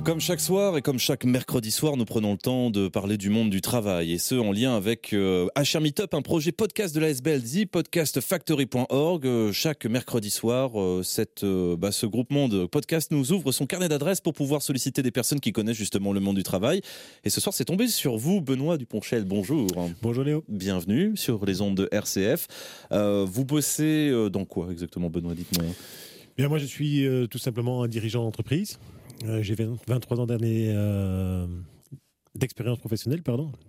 Comme chaque soir et comme chaque mercredi soir, nous prenons le temps de parler du monde du travail et ce en lien avec HR Meetup, un projet podcast de la SBL, podcastfactory.org. Chaque mercredi soir, ce groupement de podcasts nous ouvre son carnet d'adresses pour pouvoir solliciter des personnes qui connaissent justement le monde du travail. Et ce soir, c'est tombé sur vous, Benoît Duponchel. Bonjour. Bonjour Léo. Bienvenue sur les ondes de RCF. Vous bossez dans quoi exactement, Benoît? Dites-moi. Bien, moi, je suis tout simplement un dirigeant d'entreprise. J'ai 23 ans d'expérience professionnelle,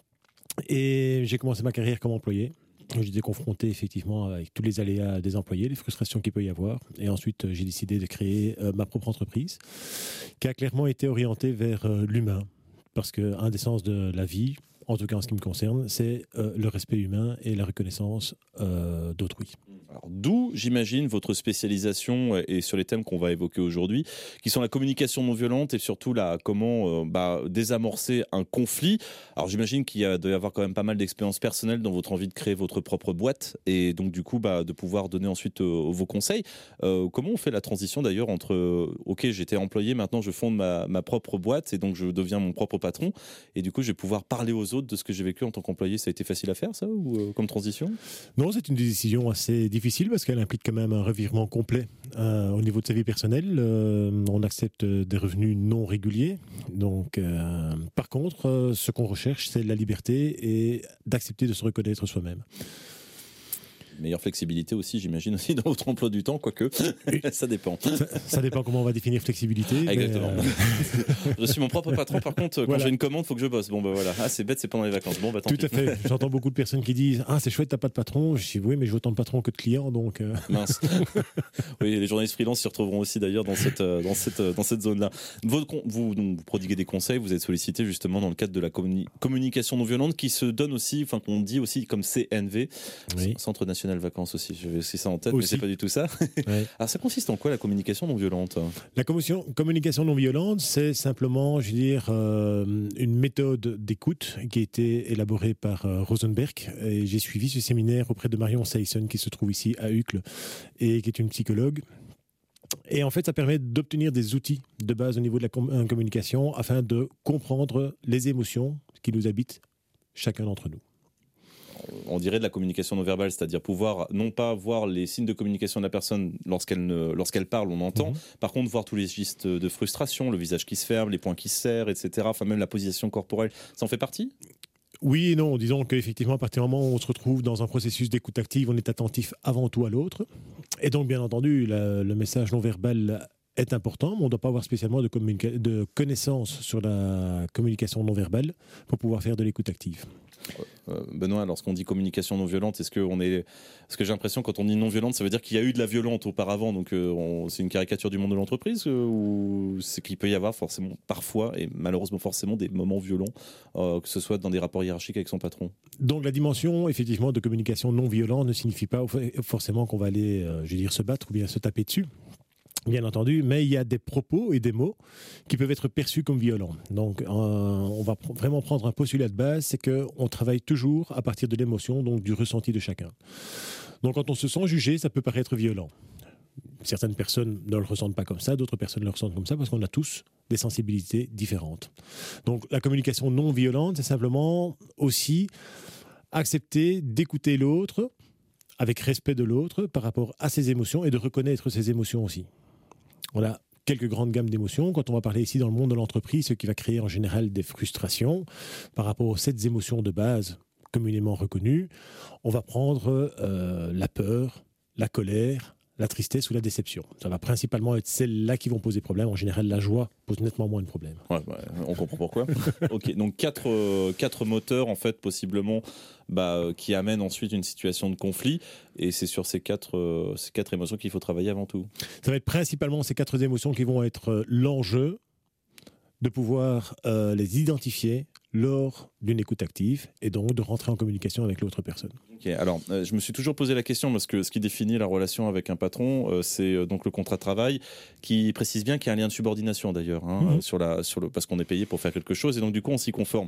et j'ai commencé ma carrière comme employé. J'étais confronté effectivement avec tous les aléas des employés, les frustrations qu'il peut y avoir. Et ensuite, j'ai décidé de créer ma propre entreprise qui a clairement été orientée vers l'humain. Parce qu'un des sens de la vie, en tout cas en ce qui me concerne, c'est le respect humain et la reconnaissance d'autrui. Alors, d'où, j'imagine, votre spécialisation et sur les thèmes qu'on va évoquer aujourd'hui, qui sont la communication non violente et surtout comment désamorcer un conflit. Alors, j'imagine doit y avoir quand même pas mal d'expériences personnelles dans votre envie de créer votre propre boîte et donc du coup de pouvoir donner ensuite vos conseils. Comment on fait la transition d'ailleurs entre ok, j'étais employé, maintenant je fonde ma propre boîte et donc je deviens mon propre patron et du coup je vais pouvoir parler aux autres de ce que j'ai vécu en tant qu'employé. Ça a été facile à faire ça ou comme transition? Non, c'est une décision assez difficile parce qu'elle implique quand même un revirement complet au niveau de sa vie personnelle. On accepte des revenus non réguliers. Donc, par contre, ce qu'on recherche, c'est la liberté et d'accepter de se reconnaître soi-même. Meilleure flexibilité aussi, j'imagine, aussi dans votre emploi du temps, quoique ça dépend. Ça dépend comment on va définir flexibilité. Exactement. Je suis mon propre patron, par contre, quand j'ai une commande, il faut que je bosse. Bon, voilà. Ah, c'est bête, c'est pendant les vacances. Bon, tant Tout pis. à fait. J'entends beaucoup de personnes qui disent « Ah, c'est chouette, t'as pas de patron ». Je dis « Oui, mais j'ai autant de patrons que de clients, donc… » Mince. Oui, les journalistes freelance s'y retrouveront aussi d'ailleurs dans cette zone-là. Vous prodiguez des conseils, vous êtes sollicité justement dans le cadre de la communication non violente qui se donne aussi, qu'on dit aussi comme CNV, oui. Centre National Vacances aussi. J'avais aussi ça en tête, mais c'est pas du tout ça. Ouais. Alors ça consiste en quoi la communication non violente? La communication non violente, c'est simplement, une méthode d'écoute qui a été élaborée par Rosenberg. Et j'ai suivi ce séminaire auprès de Marion Seyson qui se trouve ici à Uccle et qui est une psychologue. Et en fait, ça permet d'obtenir des outils de base au niveau de la communication afin de comprendre les émotions qui nous habitent chacun d'entre nous. On dirait de la communication non verbale, c'est-à-dire pouvoir non pas voir les signes de communication de la personne lorsqu'elle parle, on entend. Par contre, voir tous les gestes de frustration, le visage qui se ferme, les poings qui se serrent, etc. Enfin, même la position corporelle, ça en fait partie? Oui et non. Disons qu'effectivement, à partir du moment où on se retrouve dans un processus d'écoute active, on est attentif avant tout à l'autre. Et donc, bien entendu, le message non verbal est important, mais on ne doit pas avoir spécialement de connaissances sur la communication non verbale pour pouvoir faire de l'écoute active. Benoît, lorsqu'on dit communication non violente, parce que j'ai l'impression quand on dit non violente, ça veut dire qu'il y a eu de la violente auparavant, donc c'est une caricature du monde de l'entreprise, ou c'est qu'il peut y avoir forcément, parfois, et malheureusement forcément, des moments violents, que ce soit dans des rapports hiérarchiques avec son patron? Donc la dimension, effectivement, de communication non violente ne signifie pas forcément qu'on va aller, se battre ou bien se taper dessus. Bien entendu, mais il y a des propos et des mots qui peuvent être perçus comme violents. Donc, on va vraiment prendre un postulat de base, c'est qu'on travaille toujours à partir de l'émotion, donc du ressenti de chacun. Donc, quand on se sent jugé, ça peut paraître violent. Certaines personnes ne le ressentent pas comme ça, d'autres personnes le ressentent comme ça, parce qu'on a tous des sensibilités différentes. Donc, la communication non violente, c'est simplement aussi accepter d'écouter l'autre avec respect de l'autre par rapport à ses émotions et de reconnaître ses émotions aussi. On a quelques grandes gammes d'émotions. Quand on va parler ici dans le monde de l'entreprise, ce qui va créer en général des frustrations par rapport aux 7 émotions de base communément reconnues, on va prendre la peur, la colère, la tristesse ou la déception. Ça va principalement être celles-là qui vont poser problème. En général, la joie pose nettement moins de problèmes. Ouais, on comprend pourquoi. Ok, donc quatre moteurs en fait possiblement qui amènent ensuite une situation de conflit. Et c'est sur ces quatre émotions qu'il faut travailler avant tout. Ça va être principalement ces 4 émotions qui vont être l'enjeu de pouvoir les identifier lors d'une écoute active et donc de rentrer en communication avec l'autre personne. Ok, alors je me suis toujours posé la question parce que ce qui définit la relation avec un patron, c'est donc le contrat de travail qui précise bien qu'il y a un lien de subordination d'ailleurs, parce qu'on est payé pour faire quelque chose et donc du coup on s'y conforme.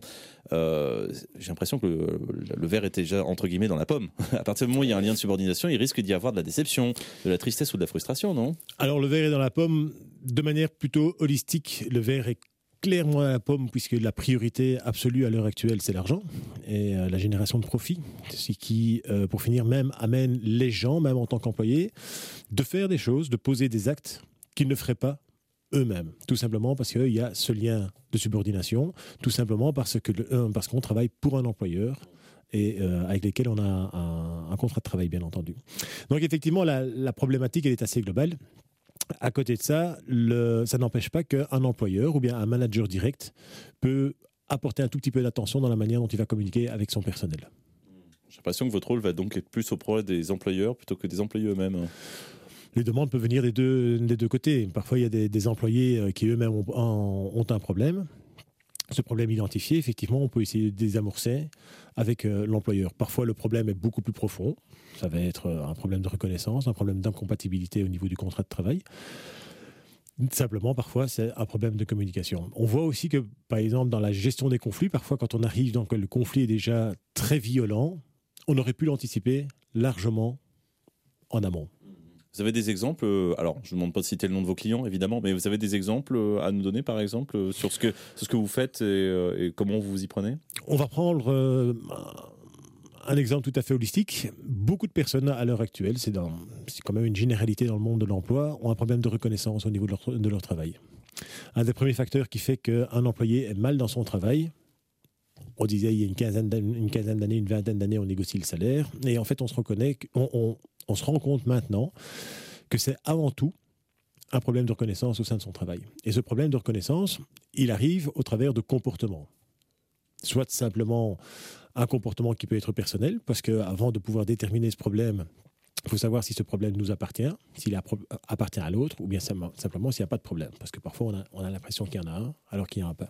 J'ai l'impression que le verre est déjà entre guillemets dans la pomme. À partir du moment où il y a un lien de subordination, il risque d'y avoir de la déception, de la tristesse ou de la frustration, non? Alors le verre est dans la pomme de manière plutôt holistique. Le verre est clairement à la pomme, puisque la priorité absolue à l'heure actuelle, c'est l'argent et la génération de profit. Ce qui, pour finir, même amène les gens, même en tant qu'employés, de faire des choses, de poser des actes qu'ils ne feraient pas eux-mêmes. Tout simplement parce qu'il y a ce lien de subordination, tout simplement parce qu'on travaille pour un employeur et avec lesquels on a un contrat de travail, bien entendu. Donc effectivement, la problématique, elle est assez globale. À côté de ça, ça n'empêche pas qu'un employeur ou bien un manager direct peut apporter un tout petit peu d'attention dans la manière dont il va communiquer avec son personnel. J'ai l'impression que votre rôle va donc être plus auprès des employeurs plutôt que des employés eux-mêmes. Les demandes peuvent venir des deux côtés. Parfois, il y a des employés qui eux-mêmes ont un problème. Ce problème identifié, effectivement, on peut essayer de désamorcer avec l'employeur. Parfois, le problème est beaucoup plus profond. Ça va être un problème de reconnaissance, un problème d'incompatibilité au niveau du contrat de travail. Simplement, parfois, c'est un problème de communication. On voit aussi que, par exemple, dans la gestion des conflits, parfois, quand on arrive dans que le conflit est déjà très violent, on aurait pu l'anticiper largement en amont. Vous avez des exemples, alors je ne vous demande pas de citer le nom de vos clients évidemment, mais vous avez des exemples à nous donner par exemple sur ce que vous faites et comment vous vous y prenez ? On va prendre un exemple tout à fait holistique. Beaucoup de personnes à l'heure actuelle, c'est quand même une généralité dans le monde de l'emploi, ont un problème de reconnaissance au niveau de leur travail. Un des premiers facteurs qui fait qu'un employé est mal dans son travail, on disait il y a une quinzaine d'années, une vingtaine d'années, on négocie le salaire, et en fait on se rend compte maintenant que c'est avant tout un problème de reconnaissance au sein de son travail. Et ce problème de reconnaissance, il arrive au travers de comportements. Soit simplement un comportement qui peut être personnel, parce qu'avant de pouvoir déterminer ce problème, il faut savoir si ce problème nous appartient, s'il appartient à l'autre, ou bien simplement s'il n'y a pas de problème. Parce que parfois on a l'impression qu'il y en a un, alors qu'il n'y en a pas.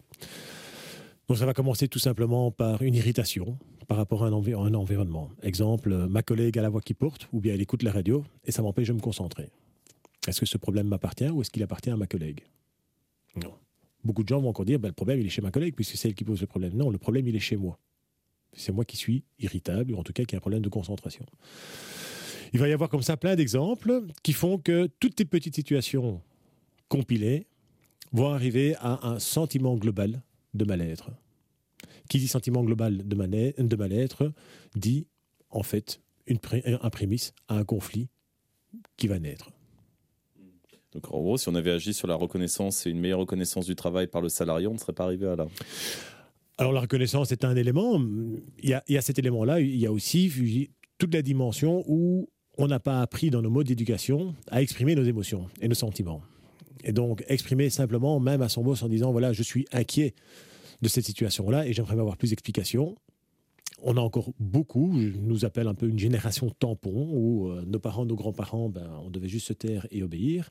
Donc ça va commencer tout simplement par une irritation par rapport à un environnement. Exemple, ma collègue a la voix qui porte, ou bien elle écoute la radio, et ça m'empêche de me concentrer. Est-ce que ce problème m'appartient ou est-ce qu'il appartient à ma collègue ? Non. Beaucoup de gens vont encore dire, le problème il est chez ma collègue, puisque c'est elle qui pose le problème. Non, le problème il est chez moi. C'est moi qui suis irritable, ou en tout cas qui a un problème de concentration. Il va y avoir comme ça plein d'exemples qui font que toutes ces petites situations compilées vont arriver à un sentiment global de mal-être. Qui dit sentiment global de mal-être dit en fait un prémisse à un conflit qui va naître. Donc en gros, si on avait agi sur la reconnaissance et une meilleure reconnaissance du travail par le salarié, on ne serait pas arrivé à là. Alors la reconnaissance est un élément. Il y a cet élément-là. Il y a aussi toute la dimension où on n'a pas appris dans nos modes d'éducation à exprimer nos émotions et nos sentiments. Et donc, exprimer simplement, même à son boss, en disant, voilà, je suis inquiet de cette situation-là et j'aimerais avoir plus d'explications. On a encore beaucoup, je nous appelle un peu une génération tampon, où nos parents, nos grands-parents, on devait juste se taire et obéir.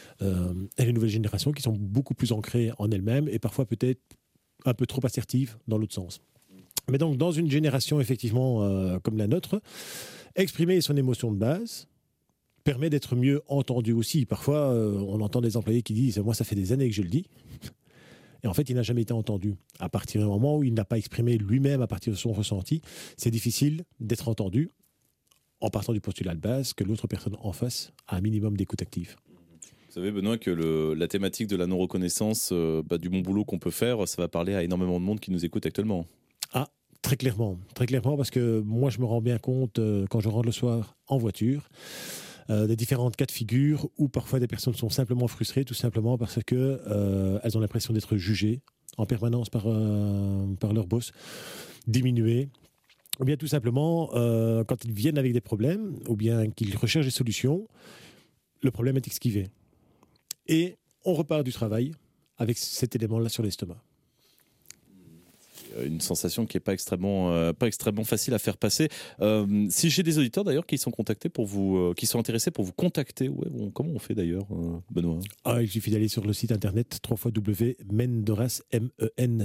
Et les nouvelles générations qui sont beaucoup plus ancrées en elles-mêmes et parfois peut-être un peu trop assertives dans l'autre sens. Mais donc, dans une génération, effectivement, comme la nôtre, exprimer son émotion de base permet d'être mieux entendu aussi. Parfois, on entend des employés qui disent « moi, ça fait des années que je le dis ». Et en fait, il n'a jamais été entendu. À partir du moment où il n'a pas exprimé lui-même, à partir de son ressenti, c'est difficile d'être entendu en partant du postulat de base que l'autre personne en face a un minimum d'écoute active. Vous savez, Benoît, que la thématique de la non-reconnaissance, du bon boulot qu'on peut faire, ça va parler à énormément de monde qui nous écoute actuellement. Ah, très clairement, parce que moi, je me rends bien compte, quand je rentre le soir en voiture, des différentes cas de figure où parfois des personnes sont simplement frustrées, tout simplement parce que elles ont l'impression d'être jugées en permanence par leur boss, diminuées, ou bien tout simplement quand ils viennent avec des problèmes, ou bien qu'ils recherchent des solutions, le problème est esquivé. Et on repart du travail avec cet élément-là sur l'estomac. Une sensation qui n'est pas extrêmement facile à faire passer. Si j'ai des auditeurs d'ailleurs qui sont contactés pour vous, qui sont intéressés pour vous contacter, comment on fait d'ailleurs, Benoît ? Il suffit d'aller sur le site internet www.mendoras,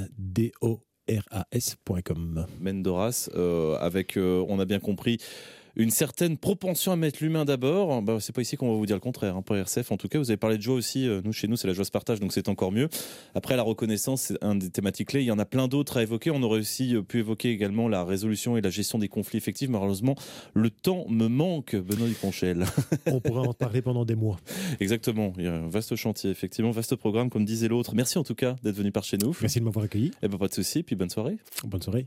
mendoras.com. Mendoras, avec, on a bien compris, une certaine propension à mettre l'humain d'abord. C'est pas ici qu'on va vous dire le contraire, hein, pour RCF. En tout cas, vous avez parlé de joie aussi. Chez nous, c'est la joie se partage, donc c'est encore mieux. Après, la reconnaissance, c'est un des thématiques clés. Il y en a plein d'autres à évoquer. On aurait aussi pu évoquer également la résolution et la gestion des conflits effectifs. Malheureusement, le temps me manque, Benoît Duponchel. On pourra en parler pendant des mois. Exactement. Il y a un vaste chantier, effectivement, vaste programme, comme disait l'autre. Merci en tout cas d'être venu par chez nous. Merci de m'avoir accueilli. Pas de souci. Puis bonne soirée. Bonne soirée.